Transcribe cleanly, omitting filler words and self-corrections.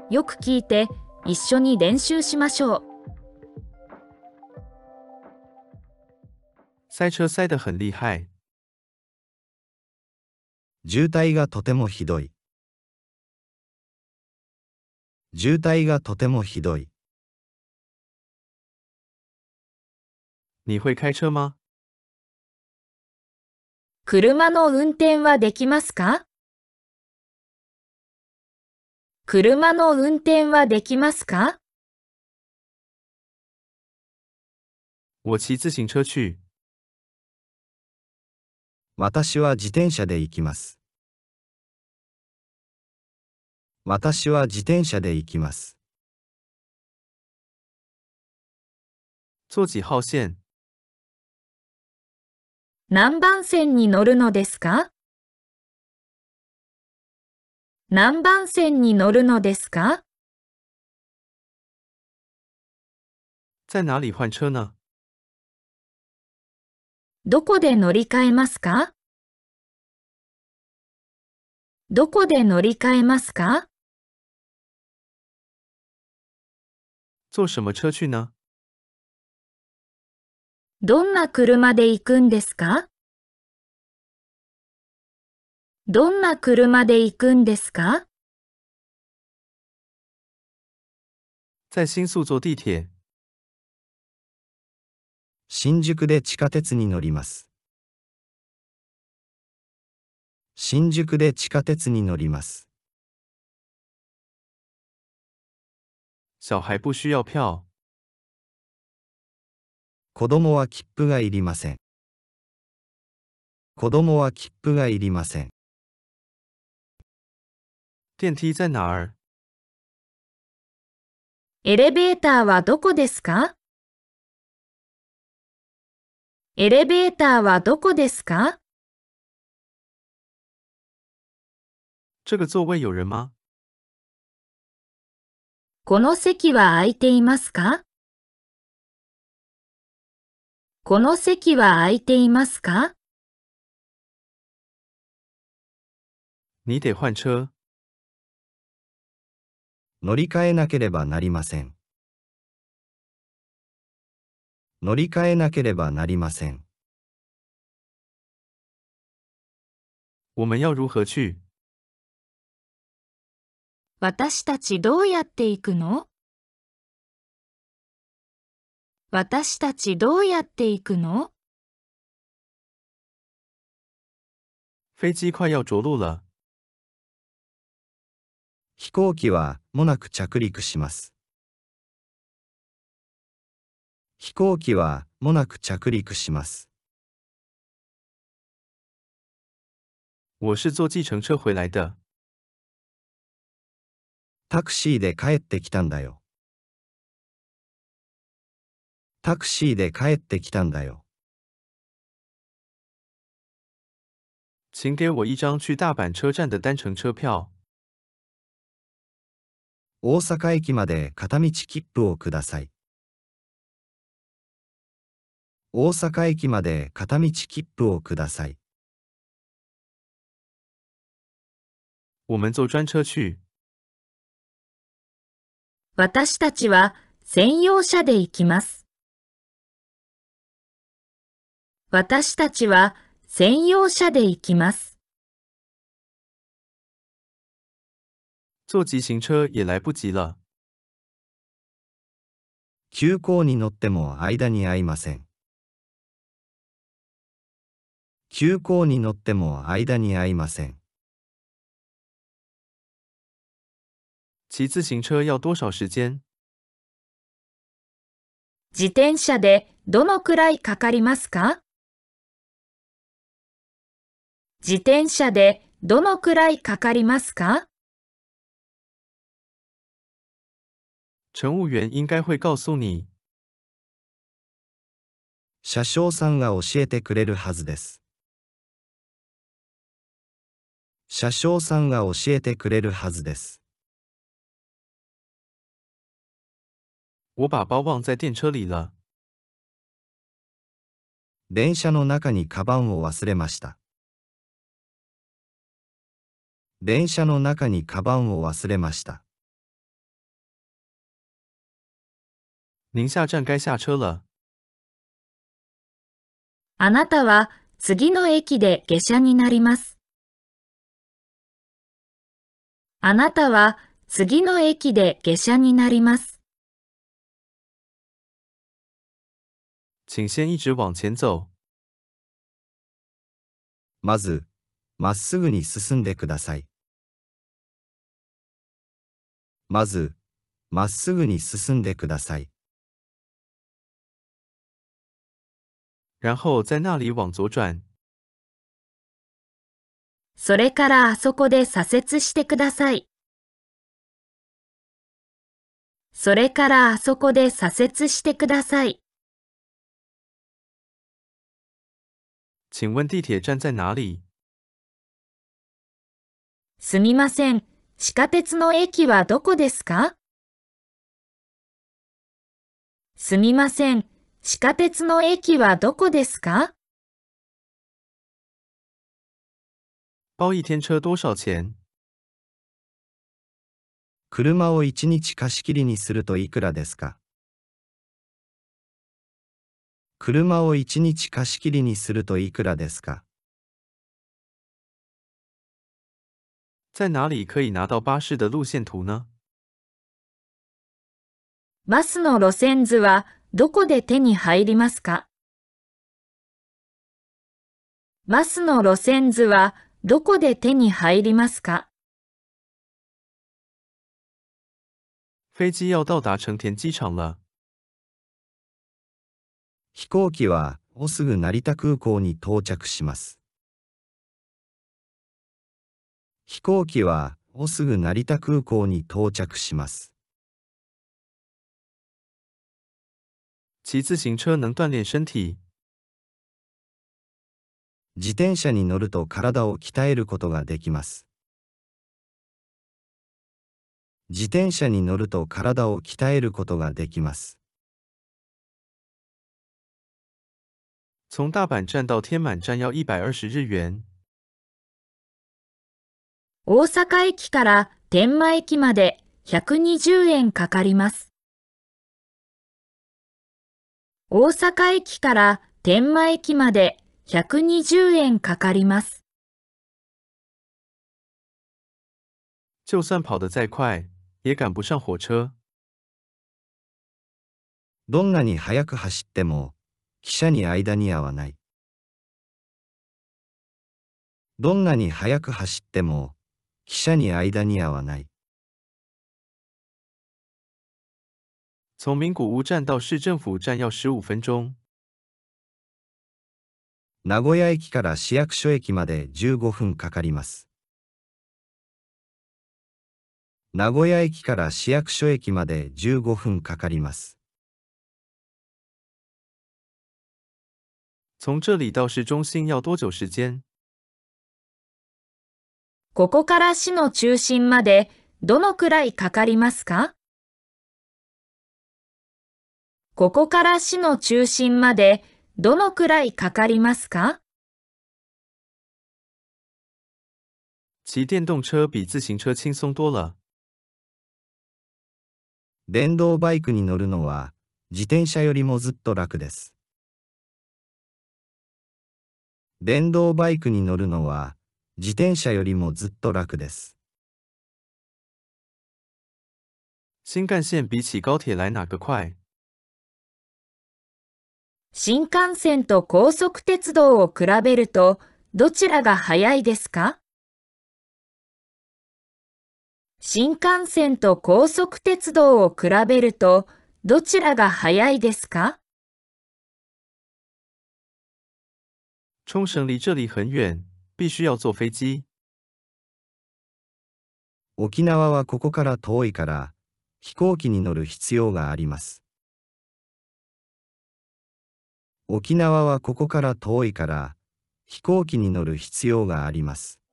よく聞いて、一緒に練習しましょう。 塞车塞得很厉害。 渋滞がとてもひどい。渋滞がとてもひどい。 你会开车吗？ 車の運転はできますか？車の運転はできますか？ 我骑自行車去。 私は自転車で行きます。私は自転車で行きます。 坐几号線？ 何番線に乗るのですか？何番線に乗るのですか？ 在哪里换車呢？ どこで乗り換えますか？どこで乗り換えますか？ 坐什么車去呢？ どんな車で行くんですか？どんな車で行くんですか？ 在新宿坐地鐵。 新宿で地下鉄に乗ります。新宿で地下鉄に乗ります。 小孩不需要票。 子供は切符がいりません。子供は切符がいりません。 電梯在哪儿？ エレベーターはどこですか？エレベーターはどこですか？ 这个座位有人吗？ この席は空いていますか？この席は空いていますか？ 你得換車。 乗り換えなければなりません。乗り換えなければなりません。 我們要如何去？ 私たちどうやって行くの？私たちどうやって行くの？ 飛機快要着陸了。 飛行機はもなく着陸します。飛行機はもなく着陸します。 我是坐計程車回來的。 タクシーで帰ってきたんだよ。タクシーで帰ってきたんだよ。 請給我一張去大阪車站的單程車票。 大阪駅まで片道切符をください。大阪駅まで片道切符をください。 我們坐專車去。 私たちは専用車で行きます。私たちは専用車で行きます。 坐急行車也來不及了。 急行に乗っても間に合いません。急行に乗っても間に合いません。 騎自行車要多少時間？ 自転車でどのくらいかかりますか？自転車でどのくらいかかりますか？ 乘務員應該會告訴你。 車掌さんが教えてくれるはずです。車掌さんが教えてくれるはずです。 我把包忘在電車裡了。 電車の中にカバンを忘れました。電車の中にカバンを忘れました。 您下站该下车了。 あなたは次の駅で下車になります。あなたは次の駅で下車になります。 请先一直往前走。 まず、まっすぐに進んでください。まず、まっすぐに進んでください。 然后在那里往左转。 それからあそこで左折してください。それからあそこで左折してください。 请问地铁站在哪里？ すみません。地下鉄の駅はどこですか？すみません。地下鉄の駅はどこですか？ 包一天车多少钱？ 車を1日貸し切りにするといくらですか？車を1日貸し切りにするといくらですか？ 在哪里可以拿到巴士的路线图呢？ バスの路線図はどこで手に入りますか？バスの路線図はどこで手に入りますか？ 飞机要到达成田机场了。 飛行機はもうすぐ成田空港に到着します。飛行機はもうすぐ成田空港に到着します。 骑自行车能锻炼身体。 自転車に乗ると体を鍛えることができます。自転車に乗ると体を鍛えることができます。 从大阪站到天满站要120日元。 大阪駅から天満駅まで120円かかります。大阪駅から天満駅まで120円かかります。 就算跑得再快，也赶不上火车。 どんなに速く走っても、汽車に間に合わない。どんなに速く走っても、汽車に間に合わない。 从名古屋站到市政府站要15分钟。 名古屋駅から市役所駅まで15分かかります。名古屋駅から市役所駅まで15分かかります。 从这里到市中心要多久时间？ ここから市の中心までどのくらいかかりますか？ここから市の中心までどのくらいかかりますか？ 骑电动车比自行車轻松多了。 電動バイクに乗るのは自転車よりもずっと楽です。電動バイクに乗るのは自転車よりもずっと楽です。 新干線比起高铁来哪个快？ 新幹線と高速鉄道を比べるとどちらが速いですか？新幹線と高速鉄道を比べるとどちらが速いですか？ 冲绳离这里很远，必须要坐飞机。 沖縄はここから遠いから飛行機に乗る必要があります。沖縄はここから遠いから飛行機に乗る必要があります。